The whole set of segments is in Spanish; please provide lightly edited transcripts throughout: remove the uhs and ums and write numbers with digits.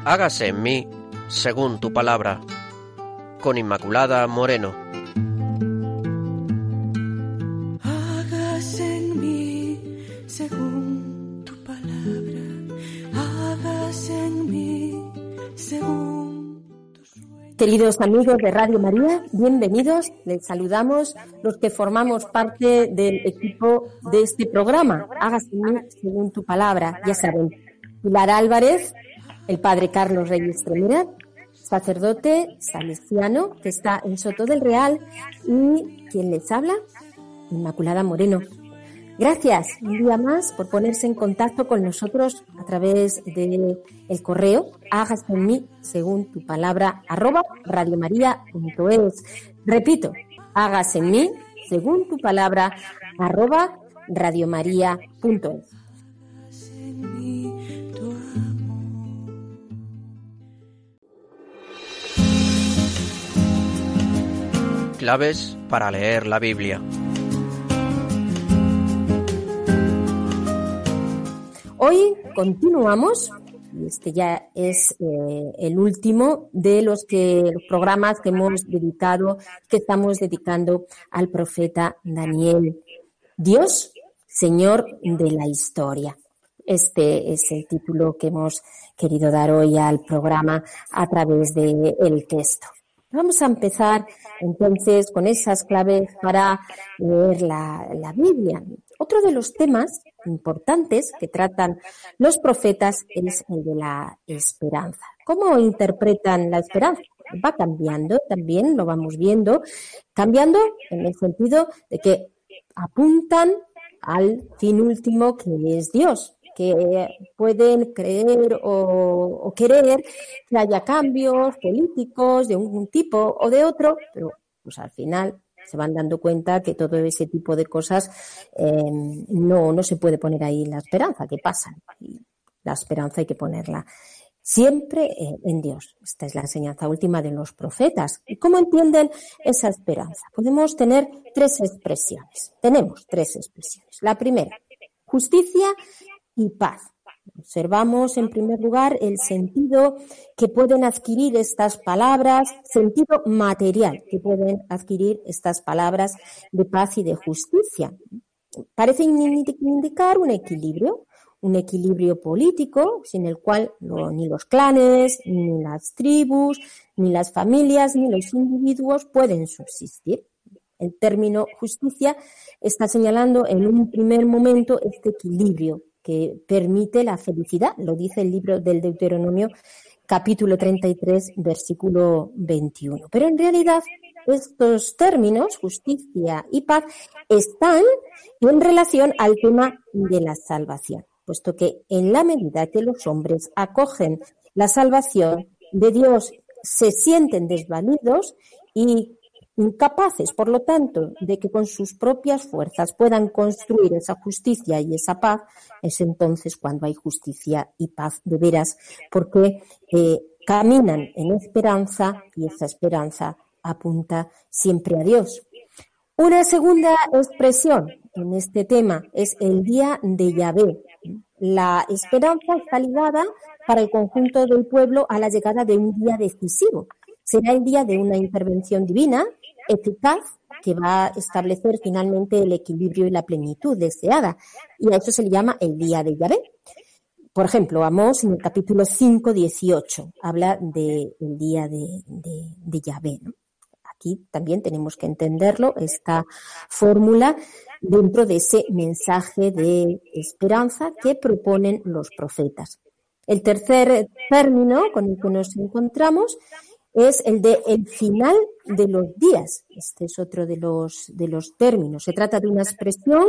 hágase en mí según tu palabra. Con Inmaculada Moreno. Hágase en mí según tu palabra. Hágase en mí según tu sueño. Queridos amigos de Radio María, bienvenidos. Les saludamos los que formamos parte del equipo de este programa. Hágase en mí según tu palabra. Ya saben, Pilar Álvarez, el padre Carlos Reyes Tremera, sacerdote salesiano que está en Soto del Real, y quien les habla, Inmaculada Moreno. Gracias un día más por ponerse en contacto con nosotros a través del correo hágase en mí según tu palabra @radiomaria.es. Repito, hágase en mí según tu palabra @radiomaria.es. Claves para leer la Biblia. Hoy continuamos, y este ya es el último de los programas que estamos dedicando al profeta Daniel. Dios, Señor de la historia. Este es el título que hemos querido dar hoy al programa a través del texto. Vamos a empezar entonces con esas claves para leer la Biblia. Otro de los temas importantes que tratan los profetas es el de la esperanza. ¿Cómo interpretan la esperanza? Va cambiando también, lo vamos viendo, cambiando en el sentido de que apuntan al fin último, que es Dios, que pueden creer o querer que haya cambios políticos de un tipo o de otro, pero pues al final se van dando cuenta que todo ese tipo de cosas no se puede poner ahí la esperanza, que pasan. Y la esperanza hay que ponerla siempre en Dios. Esta es la enseñanza última de los profetas. ¿Y cómo entienden esa esperanza? Podemos tener tres expresiones. Tenemos tres expresiones. La primera, justicia y paz. Observamos en primer lugar el sentido que pueden adquirir estas palabras, sentido material que pueden adquirir estas palabras de paz y de justicia. Parece indicar un equilibrio político sin el cual ni los clanes, ni las tribus, ni las familias, ni los individuos pueden subsistir. El término justicia está señalando en un primer momento este equilibrio que permite la felicidad, lo dice el libro del Deuteronomio, capítulo 33, versículo 21. Pero en realidad estos términos, justicia y paz, están en relación al tema de la salvación, puesto que en la medida que los hombres acogen la salvación de Dios, se sienten desvalidos y incapaces, por lo tanto, de que con sus propias fuerzas puedan construir esa justicia y esa paz, es entonces cuando hay justicia y paz de veras, porque caminan en esperanza y esa esperanza apunta siempre a Dios. Una segunda expresión en este tema es el día de Yahvé. La esperanza está ligada para el conjunto del pueblo a la llegada de un día decisivo. Será el día de una intervención divina eficaz que va a establecer finalmente el equilibrio y la plenitud deseada. Y a eso se le llama el día de Yahvé. Por ejemplo, Amós en el capítulo 5, 18 habla del día de Yahvé, ¿no? Aquí también tenemos que entenderlo, esta fórmula, dentro de ese mensaje de esperanza que proponen los profetas. El tercer término con el que nos encontramos es el de el final de los días. Este es otro de los términos. Se trata de una expresión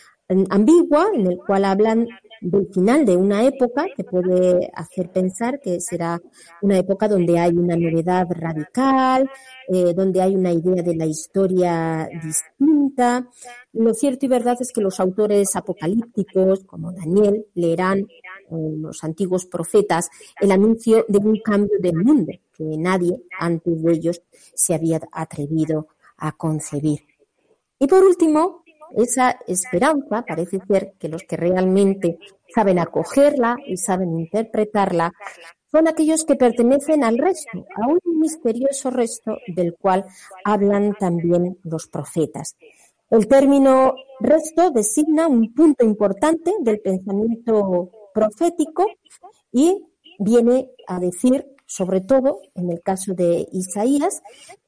ambigua en el cual hablan del final de una época que puede hacer pensar que será una época donde hay una novedad radical, donde hay una idea de la historia distinta. Lo cierto y verdad es que los autores apocalípticos, como Daniel, leerán los antiguos profetas el anuncio de un cambio del mundo que nadie antes de ellos se había atrevido a concebir. Y por último, esa esperanza parece ser que los que realmente saben acogerla y saben interpretarla son aquellos que pertenecen al resto, a un misterioso resto del cual hablan también los profetas. El término resto designa un punto importante del pensamiento profético y viene a decir, sobre todo en el caso de Isaías,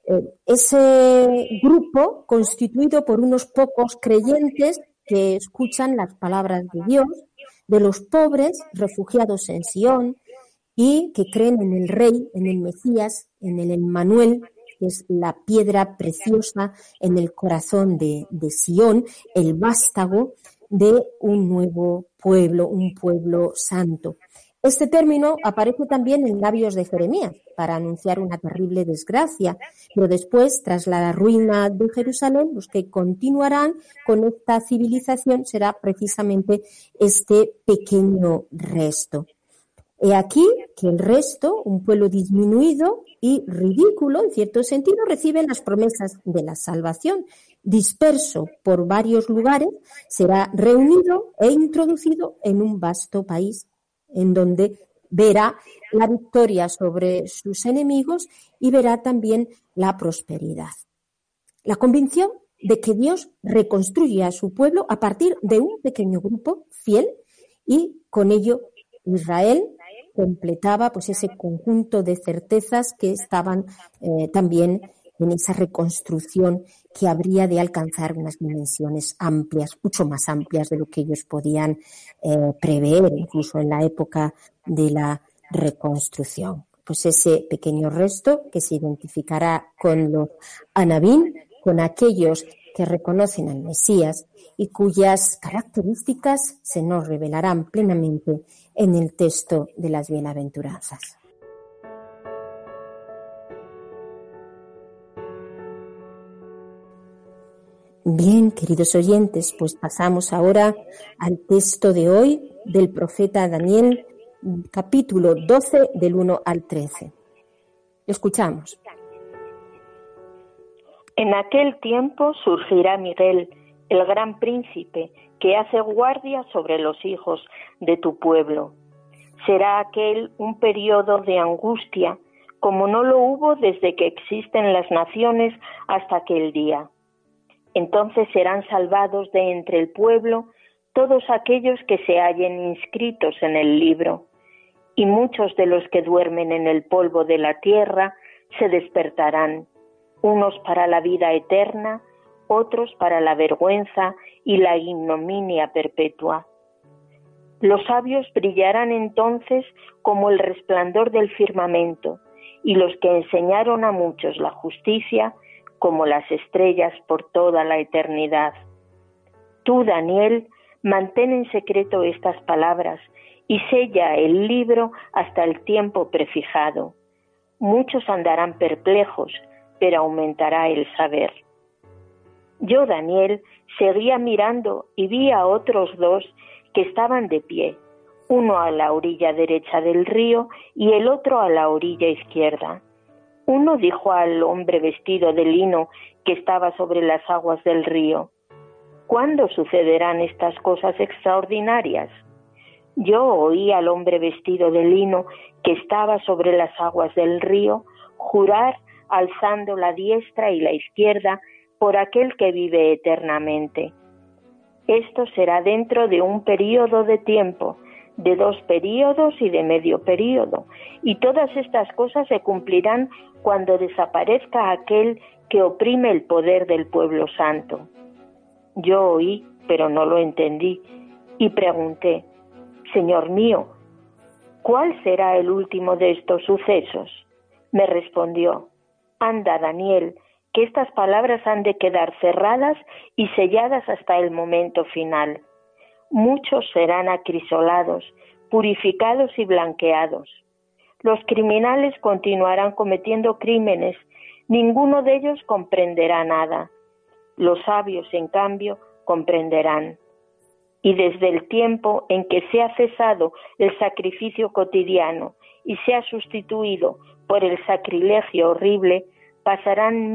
ese grupo constituido por unos pocos creyentes que escuchan las palabras de Dios, de los pobres refugiados en Sión y que creen en el Rey, en el Mesías, en el Emmanuel, que es la piedra preciosa en el corazón de Sión, el vástago de un nuevo pueblo, un pueblo santo. Este término aparece también en labios de Jeremías para anunciar una terrible desgracia, pero después, tras la ruina de Jerusalén, los que continuarán con esta civilización será precisamente este pequeño resto. He aquí que el resto, un pueblo disminuido y ridículo, en cierto sentido, reciben las promesas de la salvación. Disperso por varios lugares, será reunido e introducido en un vasto país, en donde verá la victoria sobre sus enemigos y verá también la prosperidad. La convicción de que Dios reconstruye a su pueblo a partir de un pequeño grupo fiel y con ello Israel completaba pues ese conjunto de certezas que estaban también en esa reconstrucción que habría de alcanzar unas dimensiones amplias, mucho más amplias de lo que ellos podían prever, incluso en la época de la reconstrucción. Pues ese pequeño resto que se identificará con los Anabim, con aquellos que reconocen al Mesías y cuyas características se nos revelarán plenamente en el texto de las bienaventuranzas. Bien, queridos oyentes, pues pasamos ahora al texto de hoy del profeta Daniel, capítulo 12, del 1 al 13. Escuchamos. En aquel tiempo surgirá Miguel, el gran príncipe, que hace guardia sobre los hijos de tu pueblo. Será aquel un periodo de angustia, como no lo hubo desde que existen las naciones hasta aquel día. Entonces serán salvados de entre el pueblo todos aquellos que se hallen inscritos en el libro, y muchos de los que duermen en el polvo de la tierra se despertarán, unos para la vida eterna, otros para la vergüenza y la ignominia perpetua. Los sabios brillarán entonces como el resplandor del firmamento, y los que enseñaron a muchos la justicia como las estrellas por toda la eternidad. Tú, Daniel, mantén en secreto estas palabras y sella el libro hasta el tiempo prefijado. Muchos andarán perplejos, pero aumentará el saber. Yo, Daniel, seguía mirando y vi a otros dos que estaban de pie, uno a la orilla derecha del río y el otro a la orilla izquierda. Uno dijo al hombre vestido de lino que estaba sobre las aguas del río: ¿cuándo sucederán estas cosas extraordinarias? Yo oí al hombre vestido de lino que estaba sobre las aguas del río jurar alzando la diestra y la izquierda por aquel que vive eternamente. Esto será dentro de un período de tiempo, de 2 períodos y de medio período, y todas estas cosas se cumplirán cuando desaparezca aquel que oprime el poder del pueblo santo. Yo oí, pero no lo entendí, y pregunté: Señor mío, ¿cuál será el último de estos sucesos? Me respondió: Anda, Daniel, que estas palabras han de quedar cerradas y selladas hasta el momento final. Muchos serán acrisolados, purificados y blanqueados. Los criminales continuarán cometiendo crímenes, ninguno de ellos comprenderá nada. Los sabios, en cambio, comprenderán. Y desde el tiempo en que se ha cesado el sacrificio cotidiano y se ha sustituido por el sacrilegio horrible, pasarán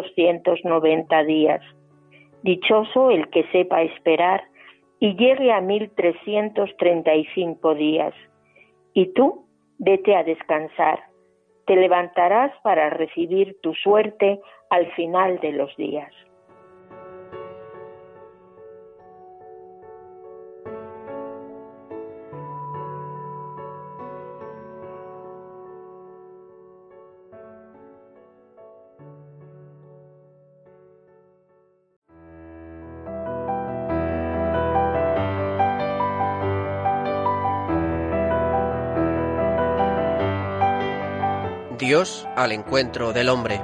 1290 días. Dichoso el que sepa esperar y llegue a 1335 días. Y tú, vete a descansar. Te levantarás para recibir tu suerte al final de los días. Dios al encuentro del hombre.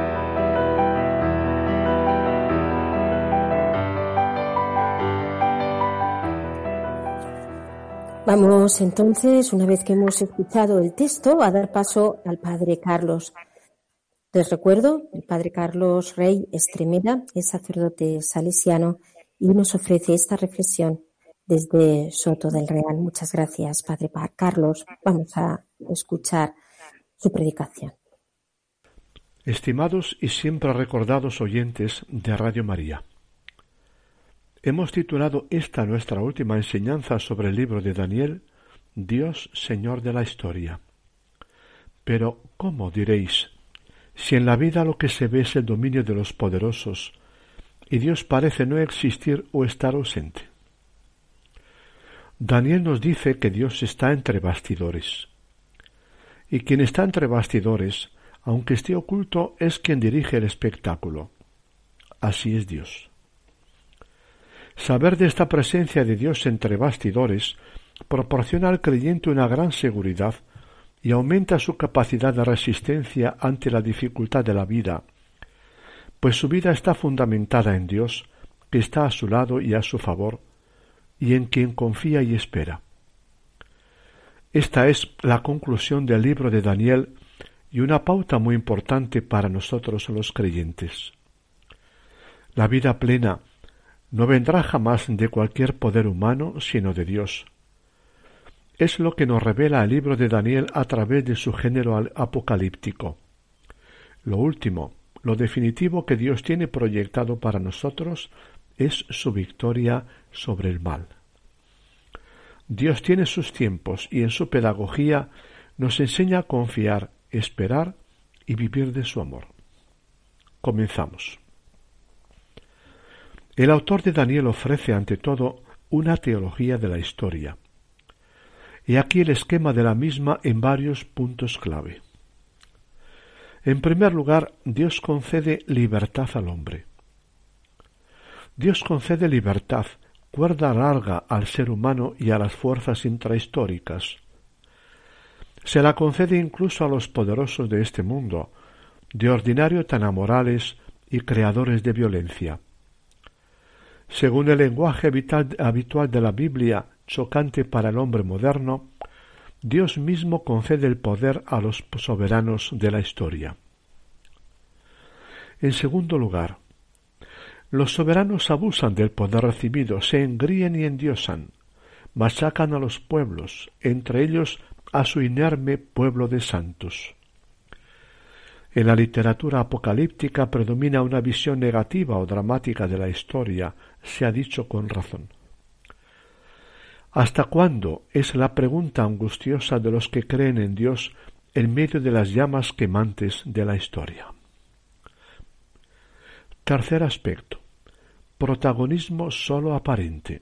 Vamos entonces, una vez que hemos escuchado el texto, a dar paso al Padre Carlos. Les recuerdo, el Padre Carlos Rey Estremera es sacerdote salesiano y nos ofrece esta reflexión desde Soto del Real. Muchas gracias, Padre Carlos. Vamos a escuchar su predicación. Estimados y siempre recordados oyentes de Radio María, hemos titulado esta nuestra última enseñanza sobre el libro de Daniel, Dios Señor de la Historia. Pero, ¿cómo diréis? Si en la vida lo que se ve es el dominio de los poderosos, y Dios parece no existir o estar ausente. Daniel nos dice que Dios está entre bastidores. Y quien está entre bastidores, aunque esté oculto, es quien dirige el espectáculo. Así es Dios. Saber de esta presencia de Dios entre bastidores proporciona al creyente una gran seguridad y aumenta su capacidad de resistencia ante la dificultad de la vida, pues su vida está fundamentada en Dios, que está a su lado y a su favor, y en quien confía y espera. Esta es la conclusión del libro de Daniel y una pauta muy importante para nosotros los creyentes. La vida plena no vendrá jamás de cualquier poder humano, sino de Dios. Es lo que nos revela el libro de Daniel a través de su género apocalíptico. Lo último, lo definitivo que Dios tiene proyectado para nosotros es su victoria sobre el mal. Dios tiene sus tiempos y en su pedagogía nos enseña a confiar, esperar y vivir de su amor. Comenzamos. El autor de Daniel ofrece ante todo una teología de la historia. Y aquí el esquema de la misma en varios puntos clave. En primer lugar, Dios concede libertad al hombre. Dios concede libertad, cuerda larga al ser humano y a las fuerzas intrahistóricas. Se la concede incluso a los poderosos de este mundo, de ordinario tan amorales y creadores de violencia. Según el lenguaje habitual de la Biblia, chocante para el hombre moderno, Dios mismo concede el poder a los soberanos de la historia. En segundo lugar, los soberanos abusan del poder recibido, se engríen y endiosan, machacan a los pueblos, entre ellos a su inerme pueblo de santos. En la literatura apocalíptica predomina una visión negativa o dramática de la historia, se ha dicho con razón. ¿Hasta cuándo? Es la pregunta angustiosa de los que creen en Dios en medio de las llamas quemantes de la historia. Tercer aspecto. Protagonismo sólo aparente.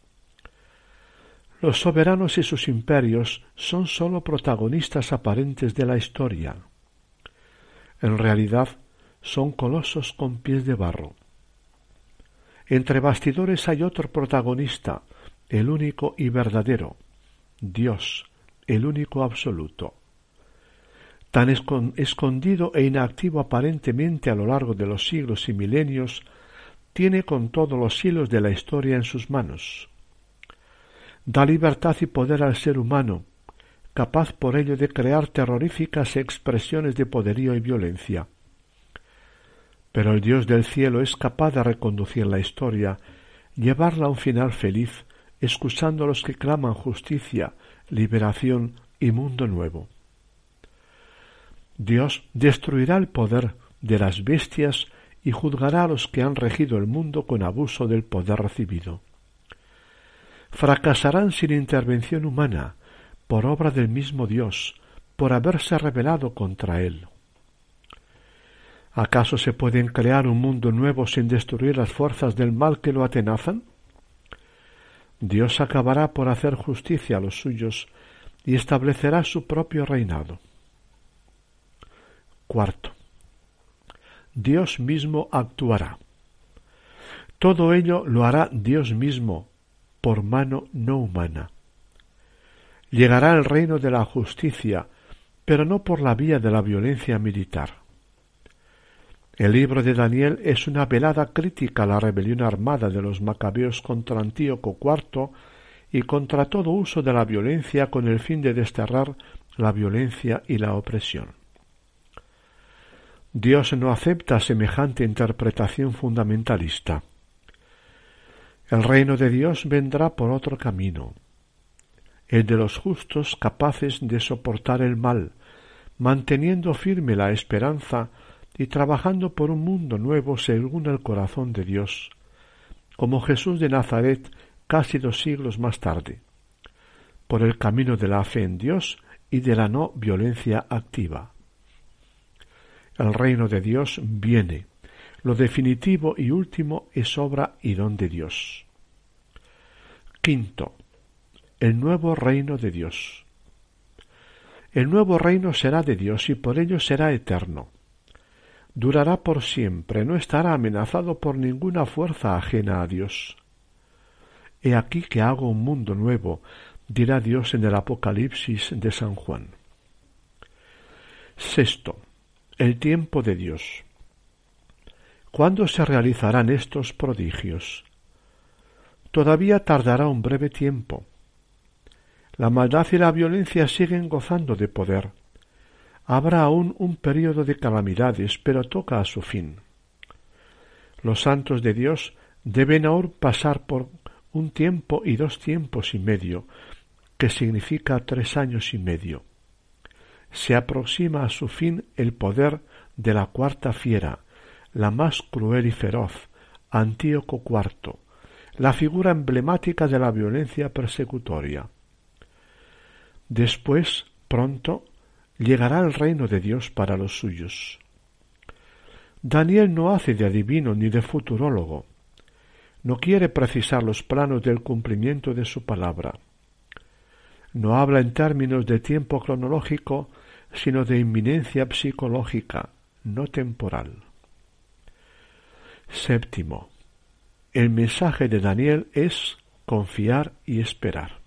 Los soberanos y sus imperios son sólo protagonistas aparentes de la historia. En realidad son colosos con pies de barro. Entre bastidores hay otro protagonista, el único y verdadero, Dios, el único absoluto. Tan escondido e inactivo aparentemente a lo largo de los siglos y milenios, tiene con todos los hilos de la historia en sus manos. Da libertad y poder al ser humano, capaz por ello de crear terroríficas expresiones de poderío y violencia. Pero el Dios del cielo es capaz de reconducir la historia, llevarla a un final feliz, excusando a los que claman justicia, liberación y mundo nuevo. Dios destruirá el poder de las bestias y juzgará a los que han regido el mundo con abuso del poder recibido. Fracasarán sin intervención humana, por obra del mismo Dios, por haberse rebelado contra él. ¿Acaso se puede crear un mundo nuevo sin destruir las fuerzas del mal que lo atenazan? Dios acabará por hacer justicia a los suyos y establecerá su propio reinado. Cuarto, Dios mismo actuará. Todo ello lo hará Dios mismo, por mano no humana. Llegará el reino de la justicia, pero no por la vía de la violencia militar. El libro de Daniel es una velada crítica a la rebelión armada de los macabeos contra Antíoco IV y contra todo uso de la violencia con el fin de desterrar la violencia y la opresión. Dios no acepta semejante interpretación fundamentalista. El reino de Dios vendrá por otro camino, el de los justos capaces de soportar el mal, manteniendo firme la esperanza y trabajando por un mundo nuevo según el corazón de Dios, como Jesús de Nazaret casi 2 siglos más tarde, por el camino de la fe en Dios y de la no violencia activa. El reino de Dios viene. Lo definitivo y último es obra y don de Dios. Quinto, el nuevo reino de Dios. El nuevo reino será de Dios y por ello será eterno. Durará por siempre, no estará amenazado por ninguna fuerza ajena a Dios. He aquí que hago un mundo nuevo, dirá Dios en el Apocalipsis de San Juan. Sexto, el tiempo de Dios. ¿Cuándo se realizarán estos prodigios? Todavía tardará un breve tiempo. La maldad y la violencia siguen gozando de poder. Habrá aún un período de calamidades, pero toca a su fin. Los santos de Dios deben aún pasar por 1 tiempo y 2 tiempos y medio, que significa 3 años y medio. Se aproxima a su fin el poder de la cuarta fiera, la más cruel y feroz, Antíoco IV, la figura emblemática de la violencia persecutoria. Después, pronto, llegará el reino de Dios para los suyos. Daniel no hace de adivino ni de futurólogo. No quiere precisar los planos del cumplimiento de su palabra. No habla en términos de tiempo cronológico, sino de inminencia psicológica, no temporal. Séptimo, el mensaje de Daniel es confiar y esperar.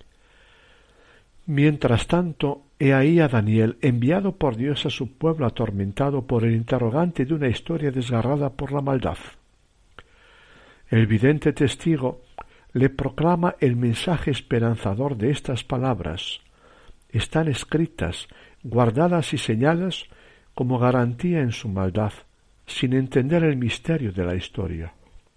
Mientras tanto, he ahí a Daniel enviado por Dios a su pueblo atormentado por el interrogante de una historia desgarrada por la maldad. El vidente testigo le proclama el mensaje esperanzador de estas palabras. Están escritas, guardadas y señaladas como garantía en su maldad, sin entender el misterio de la historia.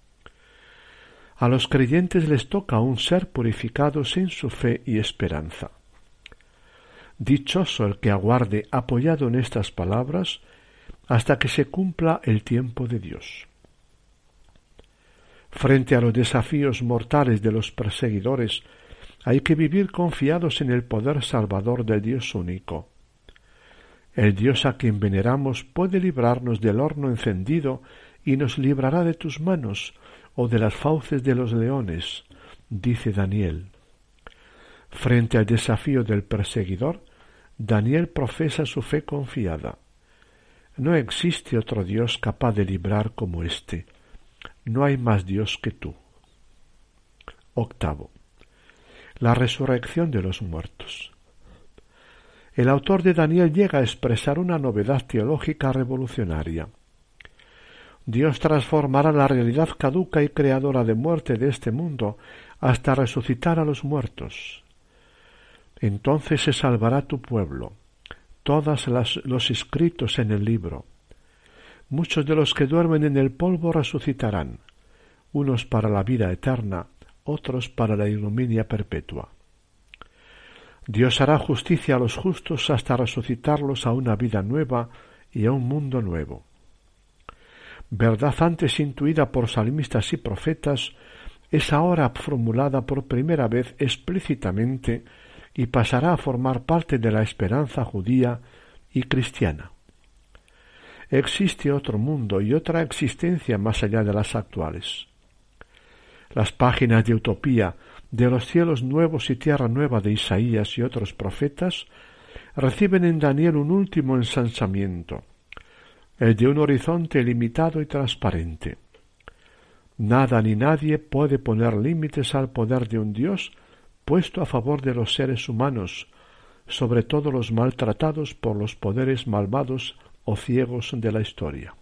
A los creyentes les toca aún ser purificados en su fe y esperanza. Dichoso el que aguarde apoyado en estas palabras hasta que se cumpla el tiempo de Dios. Frente a los desafíos mortales de los perseguidores, hay que vivir confiados en el poder salvador del Dios único. El Dios a quien veneramos puede librarnos del horno encendido y nos librará de tus manos o de las fauces de los leones, dice Daniel. Frente al desafío del perseguidor, Daniel profesa su fe confiada. No existe otro Dios capaz de librar como éste. No hay más Dios que tú. Octavo, la resurrección de los muertos. El autor de Daniel llega a expresar una novedad teológica revolucionaria. Dios transformará la realidad caduca y creadora de muerte de este mundo hasta resucitar a los muertos. Entonces se salvará tu pueblo, todos los inscritos en el libro. Muchos de los que duermen en el polvo resucitarán, unos para la vida eterna, otros para la ignominia perpetua. Dios hará justicia a los justos hasta resucitarlos a una vida nueva y a un mundo nuevo. Verdad antes intuida por salmistas y profetas, es ahora formulada por primera vez explícitamente y pasará a formar parte de la esperanza judía y cristiana. Existe otro mundo y otra existencia más allá de las actuales. Las páginas de utopía de los cielos nuevos y tierra nueva de Isaías y otros profetas reciben en Daniel un último ensanchamiento, el de un horizonte limitado y transparente. Nada ni nadie puede poner límites al poder de un Dios puesto a favor de los seres humanos, sobre todo los maltratados por los poderes malvados o ciegos de la historia.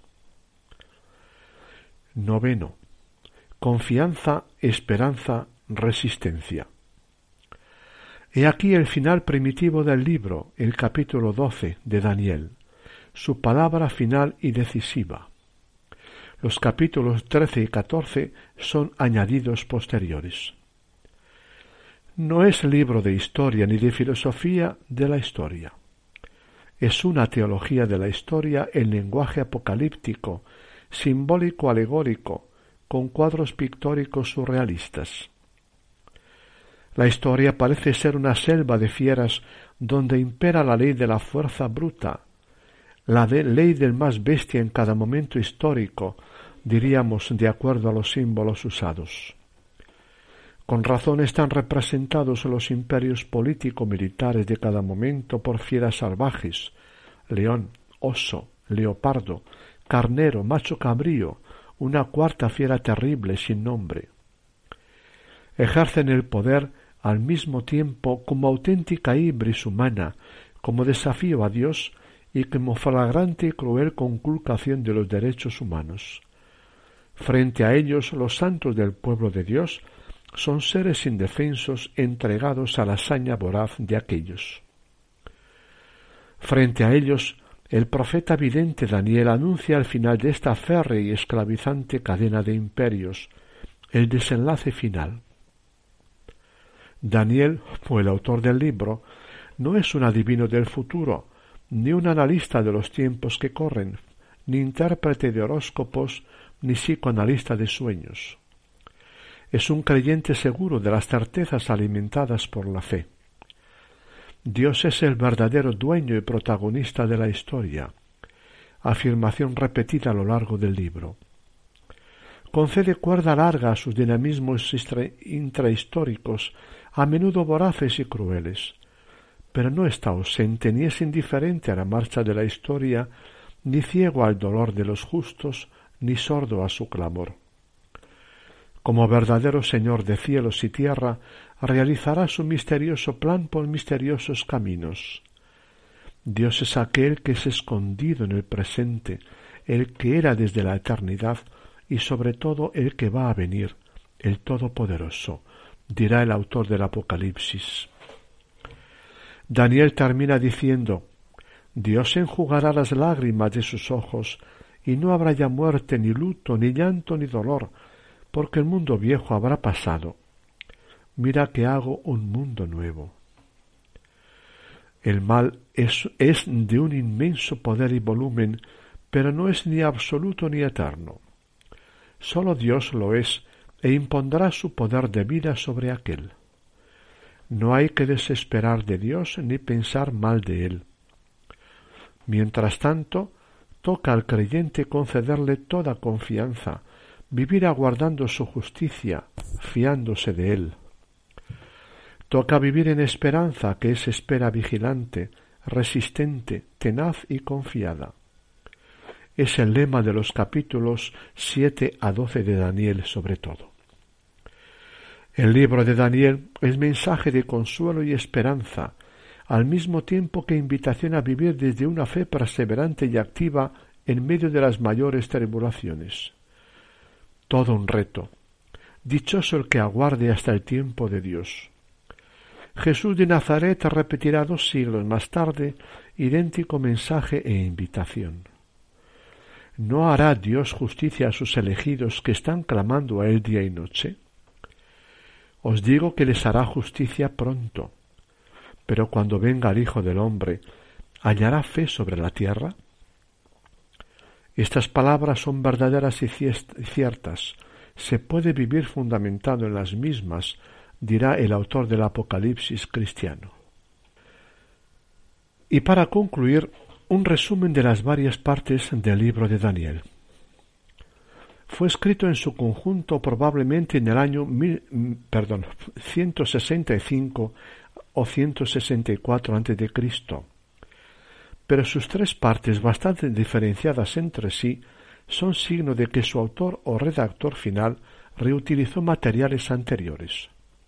9. Confianza, esperanza, resistencia. He aquí el final primitivo del libro, el capítulo 12 de Daniel, su palabra final y decisiva. Los capítulos 13 y 14 son añadidos posteriores. No es libro de historia ni de filosofía de la historia. Es una teología de la historia en lenguaje apocalíptico, simbólico alegórico, con cuadros pictóricos surrealistas. La historia parece ser una selva de fieras donde impera la ley de la fuerza bruta, la ley del más bestia en cada momento histórico, diríamos de acuerdo a los símbolos usados. Con razón están representados los imperios político-militares de cada momento por fieras salvajes, león, oso, leopardo, carnero, macho cabrío, una cuarta fiera terrible sin nombre. Ejercen el poder al mismo tiempo como auténtica hibris humana, como desafío a Dios y como flagrante y cruel conculcación de los derechos humanos. Frente a ellos, los santos del pueblo de Dios son seres indefensos entregados a la saña voraz de aquellos. Frente a ellos, el profeta vidente Daniel anuncia el final de esta férrea y esclavizante cadena de imperios, el desenlace final. Daniel, o el autor del libro, no es un adivino del futuro, ni un analista de los tiempos que corren, ni intérprete de horóscopos, ni psicoanalista de sueños. Es un creyente seguro de las certezas alimentadas por la fe. Dios es el verdadero dueño y protagonista de la historia, afirmación repetida a lo largo del libro. Concede cuerda larga a sus dinamismos intrahistóricos, a menudo voraces y crueles, pero no está ausente ni es indiferente a la marcha de la historia, ni ciego al dolor de los justos, ni sordo a su clamor. Como verdadero Señor de cielos y tierra, realizará su misterioso plan por misteriosos caminos. Dios es aquel que es escondido en el presente, el que era desde la eternidad y sobre todo el que va a venir, el Todopoderoso, dirá el autor del Apocalipsis. Daniel termina diciendo: Dios enjugará las lágrimas de sus ojos y no habrá ya muerte, ni luto, ni llanto, ni dolor, porque el mundo viejo habrá pasado. Mira que hago un mundo nuevo. El mal es de un inmenso poder y volumen, pero no es ni absoluto ni eterno. Sólo Dios lo es e impondrá su poder de vida sobre aquel. No hay que desesperar de Dios ni pensar mal de él. Mientras tanto, toca al creyente concederle toda confianza, vivir aguardando su justicia, fiándose de él. Toca vivir en esperanza, que es espera vigilante, resistente, tenaz y confiada. Es el lema de los capítulos 7 a 12 de Daniel sobre todo. El libro de Daniel es mensaje de consuelo y esperanza, al mismo tiempo que invitación a vivir desde una fe perseverante y activa en medio de las mayores tribulaciones. Todo un reto. Dichoso el que aguarde hasta el tiempo de Dios. Jesús de Nazaret repetirá 2 siglos más tarde idéntico mensaje e invitación. ¿No hará Dios justicia a sus elegidos que están clamando a él día y noche? Os digo que les hará justicia pronto. Pero cuando venga el Hijo del Hombre, ¿hallará fe sobre la tierra? Estas palabras son verdaderas y ciertas. Se puede vivir fundamentado en las mismas, dirá el autor del Apocalipsis cristiano. Y para concluir, un resumen de las varias partes del libro de Daniel. Fue escrito en su conjunto probablemente en el año 165 o 164 a.C., pero sus tres partes, bastante diferenciadas entre sí, son signo de que su autor o redactor final reutilizó materiales anteriores.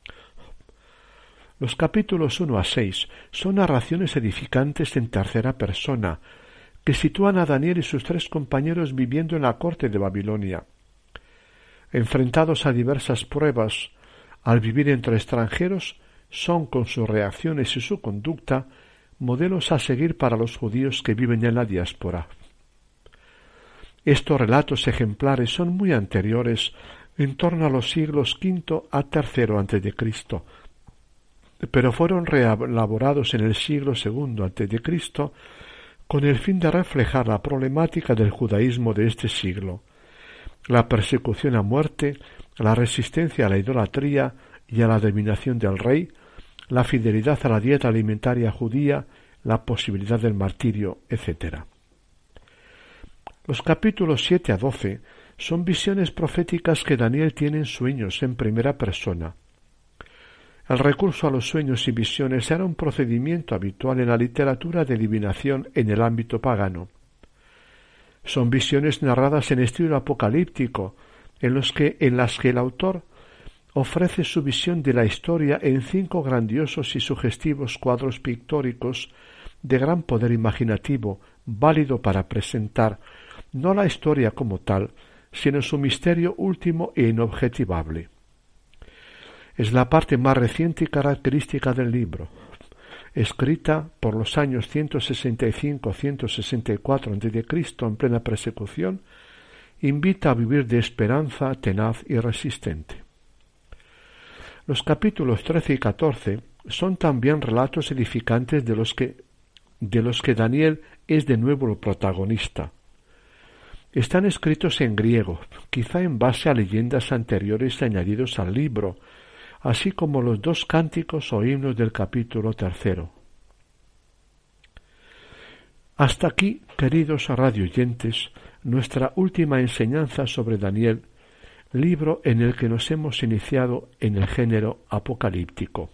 Los capítulos 1 a 6 son narraciones edificantes en tercera persona, que sitúan a Daniel y sus tres compañeros viviendo en la corte de Babilonia. Enfrentados a diversas pruebas, al vivir entre extranjeros, son con sus reacciones y su conducta modelos a seguir para los judíos que viven en la diáspora. Estos relatos ejemplares son muy anteriores, en torno a los siglos V a III a.C., pero fueron reelaborados en el siglo II a.C. con el fin de reflejar la problemática del judaísmo de este siglo, la persecución a muerte, la resistencia a la idolatría y a la dominación del rey, la fidelidad a la dieta alimentaria judía, la posibilidad del martirio, etc. Los capítulos 7 a 12 son visiones proféticas que Daniel tiene en sueños en primera persona. El recurso a los sueños y visiones era un procedimiento habitual en la literatura de adivinación en el ámbito pagano. Son visiones narradas en estilo apocalíptico, en las que el autor ofrece su visión de la historia en 5 grandiosos y sugestivos cuadros pictóricos de gran poder imaginativo, válido para presentar no la historia como tal, sino su misterio último e inobjetivable. Es la parte más reciente y característica del libro. Escrita por los años 165-164 a.C. en plena persecución, invita a vivir de esperanza tenaz y resistente. Los capítulos 13 y 14 son también relatos edificantes de los que Daniel es de nuevo el protagonista. Están escritos en griego, quizá en base a leyendas anteriores añadidos al libro, así como los 2 cánticos o himnos del capítulo 3. Hasta aquí, queridos radioyentes, nuestra última enseñanza sobre Daniel, libro en el que nos hemos iniciado en el género apocalíptico.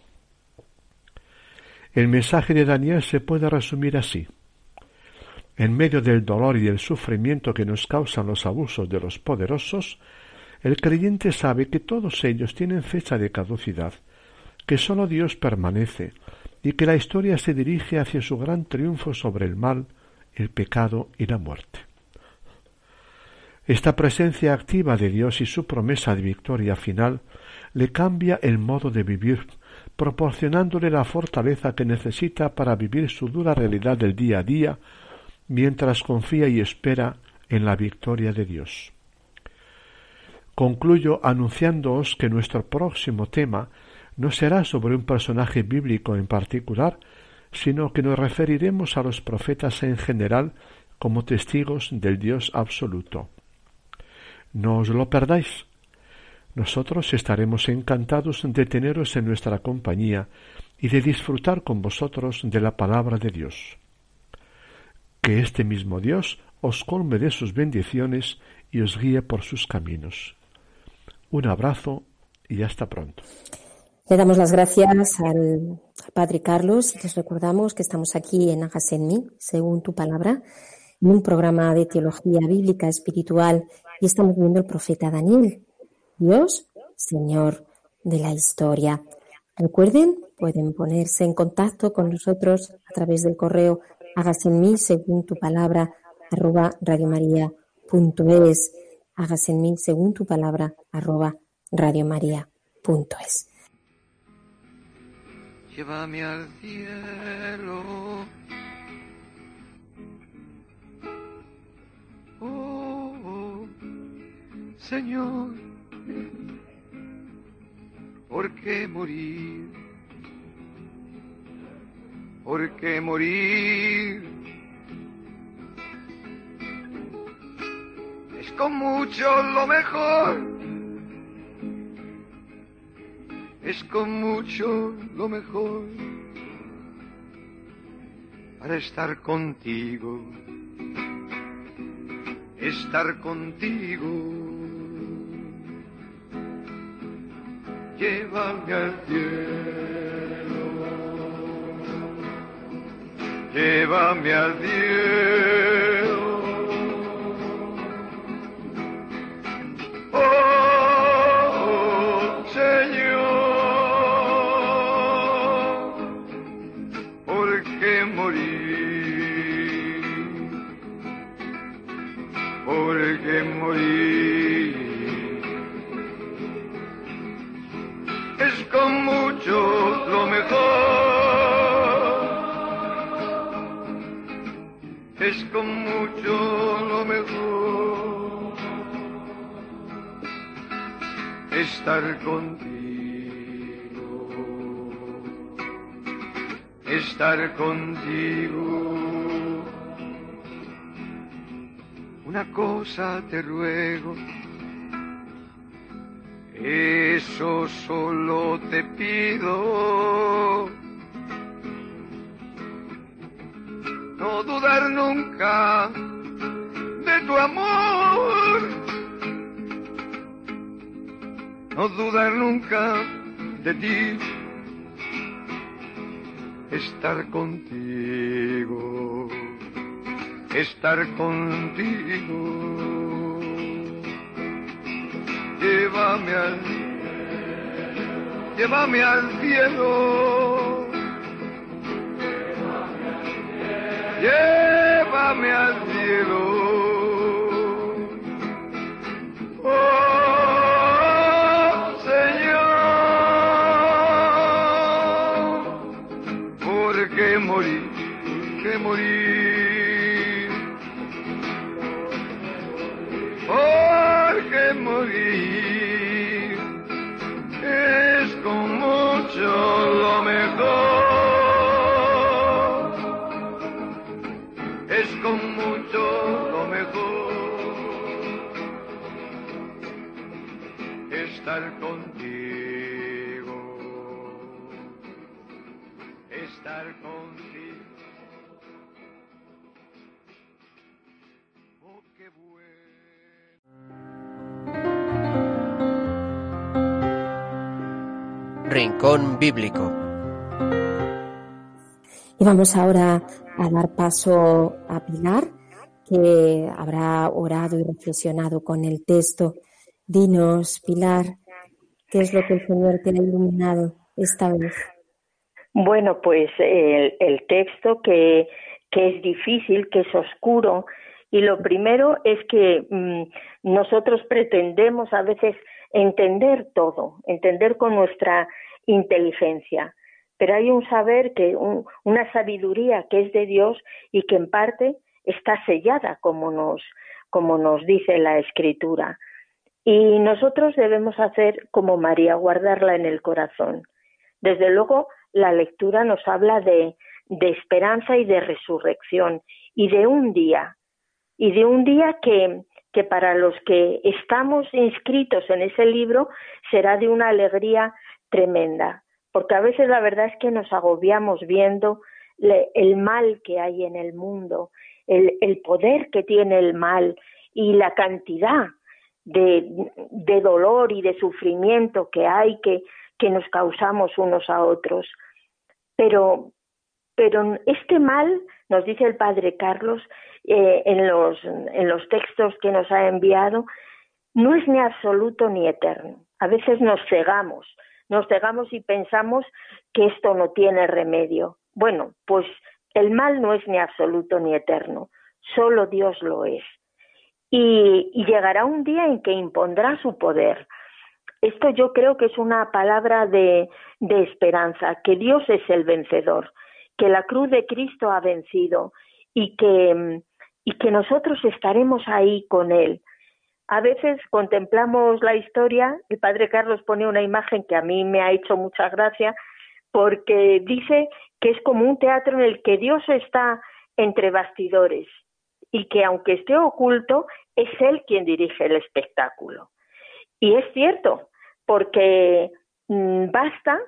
El mensaje de Daniel se puede resumir así. En medio del dolor y del sufrimiento que nos causan los abusos de los poderosos, el creyente sabe que todos ellos tienen fecha de caducidad, que sólo Dios permanece y que la historia se dirige hacia su gran triunfo sobre el mal, el pecado y la muerte. Esta presencia activa de Dios y su promesa de victoria final le cambia el modo de vivir, proporcionándole la fortaleza que necesita para vivir su dura realidad del día a día, mientras confía y espera en la victoria de Dios. Concluyo anunciándoos que nuestro próximo tema no será sobre un personaje bíblico en particular, sino que nos referiremos a los profetas en general como testigos del Dios absoluto. No os lo perdáis. Nosotros estaremos encantados de teneros en nuestra compañía y de disfrutar con vosotros de la palabra de Dios. Que este mismo Dios os colme de sus bendiciones y os guíe por sus caminos. Un abrazo y hasta pronto. Le damos las gracias al Padre Carlos y les recordamos que estamos aquí en Hágase en mí, según tu palabra, en un programa de teología bíblica espiritual, y estamos viendo el profeta Daniel, Dios, Señor de la historia. Recuerden, pueden ponerse en contacto con nosotros a través del correo hágase en mí, según tu palabra, @radiomaria.es, hágase en mí, según tu palabra, @radiomaria.es. Llévame al cielo, oh Señor, ¿por qué morir? ¿Por qué morir? Es con mucho lo mejor. Es con mucho lo mejor para para estar contigo, estar contigo. Llévame al cielo, llévame al cielo. Oh, Señor, ¿por qué morir? ¿Por qué morir? Es con mucho lo mejor, es con mucho lo mejor, estar contigo, estar contigo. Una cosa te ruego, eso solo te pido, no dudar nunca de tu amor, no dudar nunca de ti, estar contigo, estar contigo. Llévame al cielo, llévame al cielo. Oh, Señor, ¿por qué morir? ¿Qué morir? ¿Por qué morir? Es con mucho lo mejor, es con mucho lo mejor, estar contigo, estar contigo. Oh, qué bueno. Rincón Bíblico. Y vamos ahora a dar paso a Pilar, que habrá orado y reflexionado con el texto. Dinos, Pilar, ¿qué es lo que el Señor te ha iluminado esta vez? Bueno, pues el texto que es difícil, que es oscuro, y lo primero es que nosotros pretendemos a veces entender todo, entender con nuestra inteligencia, pero hay un saber, una sabiduría que es de Dios y que en parte está sellada, como nos dice la Escritura. Y nosotros debemos hacer como María, guardarla en el corazón. Desde luego, la lectura nos habla de esperanza y de resurrección, y de un día que para los que estamos inscritos en ese libro será de una alegría tremenda, porque a veces la verdad es que nos agobiamos viendo el mal que hay en el mundo, el poder que tiene el mal y la cantidad de dolor y de sufrimiento que hay que nos causamos unos a otros. Pero este mal, nos dice el Padre Carlos, en los textos que nos ha enviado, no es ni absoluto ni eterno. A veces nos cegamos y pensamos que esto no tiene remedio. Bueno, pues el mal no es ni absoluto ni eterno, solo Dios lo es. Y llegará un día en que impondrá su poder. Esto yo creo que es una palabra de esperanza, que Dios es el vencedor, que la cruz de Cristo ha vencido y que nosotros estaremos ahí con Él. A veces contemplamos la historia, el Padre Carlos pone una imagen que a mí me ha hecho mucha gracia, porque dice que es como un teatro en el que Dios está entre bastidores y que aunque esté oculto, es Él quien dirige el espectáculo. Y es cierto, porque basta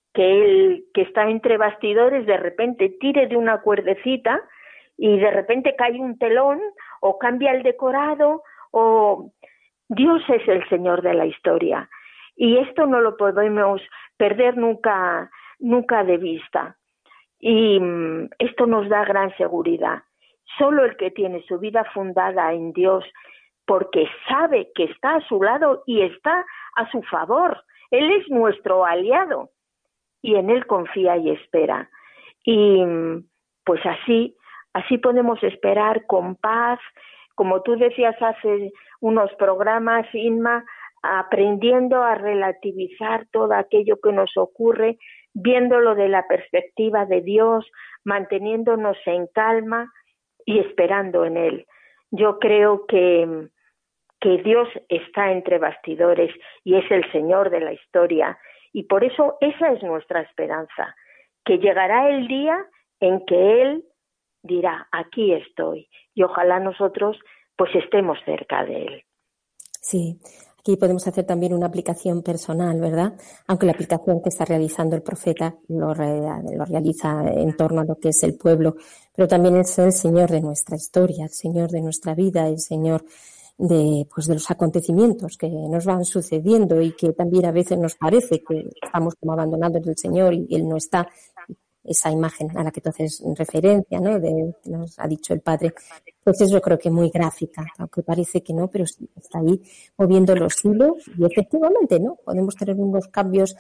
que él, que está entre bastidores, de repente tire de una cuerdecita y de repente cae un telón o cambia el decorado, o Dios es el Señor de la historia. Y esto no lo podemos perder nunca de vista. Y esto nos da gran seguridad. Solo el que tiene su vida fundada en Dios, porque sabe que está a su lado y está a su favor. Él es nuestro aliado y en Él confía y espera. Y pues así podemos esperar con paz, como tú decías hace unos programas, Inma, aprendiendo a relativizar todo aquello que nos ocurre, viéndolo de la perspectiva de Dios, manteniéndonos en calma y esperando en Él. Yo creo que Dios está entre bastidores y es el Señor de la historia, y por eso esa es nuestra esperanza, que llegará el día en que Él dirá, aquí estoy, y ojalá nosotros pues estemos cerca de Él. Sí, aquí podemos hacer también una aplicación personal, ¿verdad? Aunque la aplicación que está realizando el profeta lo realiza en torno a lo que es el pueblo, pero también es el Señor de nuestra historia, el Señor de nuestra vida, el Señor de los acontecimientos que nos van sucediendo y que también a veces nos parece que estamos como abandonando el Señor y Él no está. Esa imagen a la que tú haces referencia, ¿no? Nos ha dicho el Padre, pues eso creo que es muy gráfica, aunque parece que no, pero sí, está ahí moviendo los hilos y efectivamente, ¿no? Podemos tener unos cambios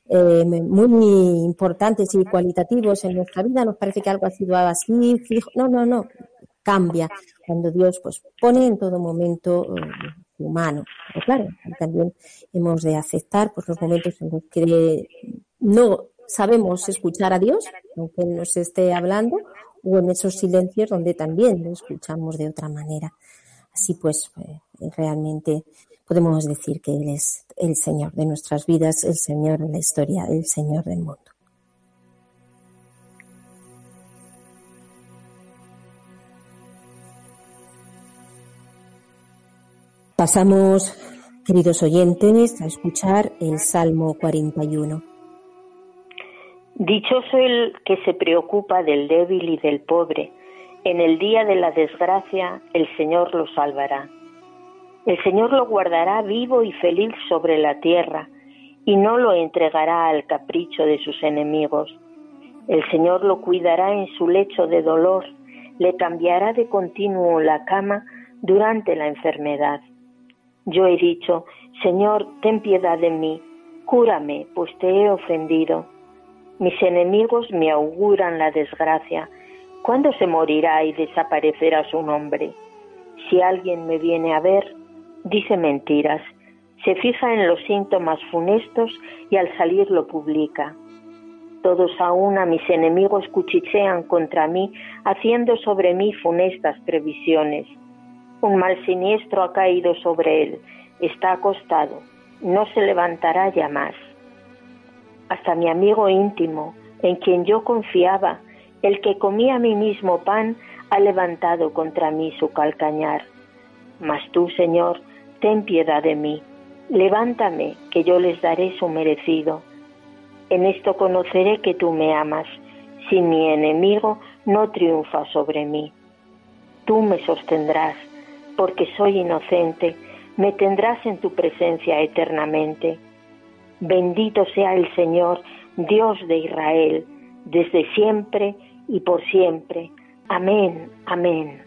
muy importantes y cualitativos en nuestra vida, nos parece que algo ha sido así, fijo, no, cambia cuando Dios pues pone en todo momento humano. Pero claro, también hemos de aceptar pues los momentos en los que no sabemos escuchar a Dios, aunque Él nos esté hablando, o en esos silencios donde también lo escuchamos de otra manera. Así pues, realmente podemos decir que Él es el Señor de nuestras vidas, el Señor de la historia, el Señor del mundo. Pasamos, queridos oyentes, a escuchar el Salmo 41. Dichoso el que se preocupa del débil y del pobre. En el día de la desgracia, el Señor lo salvará. El Señor lo guardará vivo y feliz sobre la tierra, y no lo entregará al capricho de sus enemigos. El Señor lo cuidará en su lecho de dolor, le cambiará de continuo la cama durante la enfermedad. Yo he dicho, Señor, ten piedad de mí, cúrame, pues te he ofendido. Mis enemigos me auguran la desgracia. ¿Cuándo se morirá y desaparecerá su nombre? Si alguien me viene a ver, dice mentiras, se fija en los síntomas funestos y al salir lo publica. Todos a una mis enemigos cuchichean contra mí, haciendo sobre mí funestas previsiones. Un mal siniestro ha caído sobre él, está acostado, no se levantará ya más. Hasta mi amigo íntimo, en quien yo confiaba, el que comía mi mismo pan, ha levantado contra mí su calcañar. Mas tú, Señor, ten piedad de mí, levántame, que yo les daré su merecido. En esto conoceré que tú me amas, si mi enemigo no triunfa sobre mí. Tú me sostendrás, porque soy inocente, me tendrás en tu presencia eternamente. Bendito sea el Señor, Dios de Israel, desde siempre y por siempre. Amén, amén.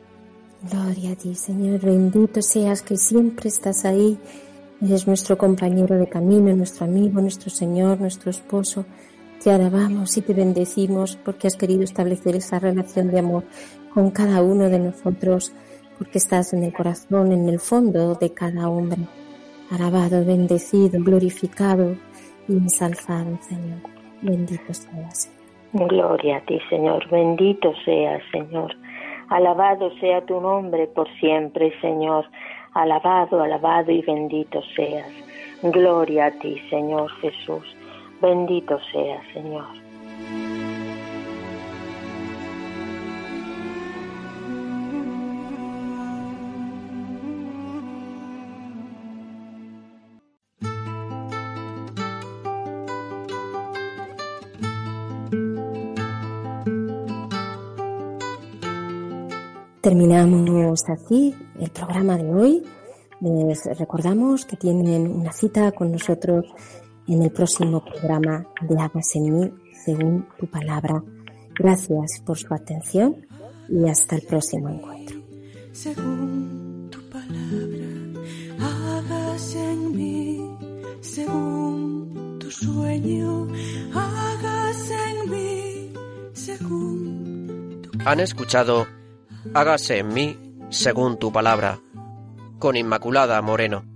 Gloria a ti, Señor, bendito seas que siempre estás ahí. Eres nuestro compañero de camino, nuestro amigo, nuestro Señor, nuestro esposo. Te alabamos y te bendecimos porque has querido establecer esa relación de amor con cada uno de nosotros, porque estás en el corazón, en el fondo de cada hombre. Alabado, bendecido, glorificado y ensalzado, Señor. Bendito seas, Señor. Gloria a ti, Señor. Bendito seas, Señor. Alabado sea tu nombre por siempre, Señor. Alabado, alabado y bendito seas. Gloria a ti, Señor Jesús. Bendito seas, Señor. terminamos así el programa de hoy. Les recordamos que tienen una cita con nosotros en el próximo programa de Hágase en mí según tu palabra. Gracias por su atención y hasta el próximo encuentro. Según tu palabra, hágase en mí según tu sueño, hágase en mí según tu... Han escuchado Hágase en mí según tu palabra, con Inmaculada Moreno.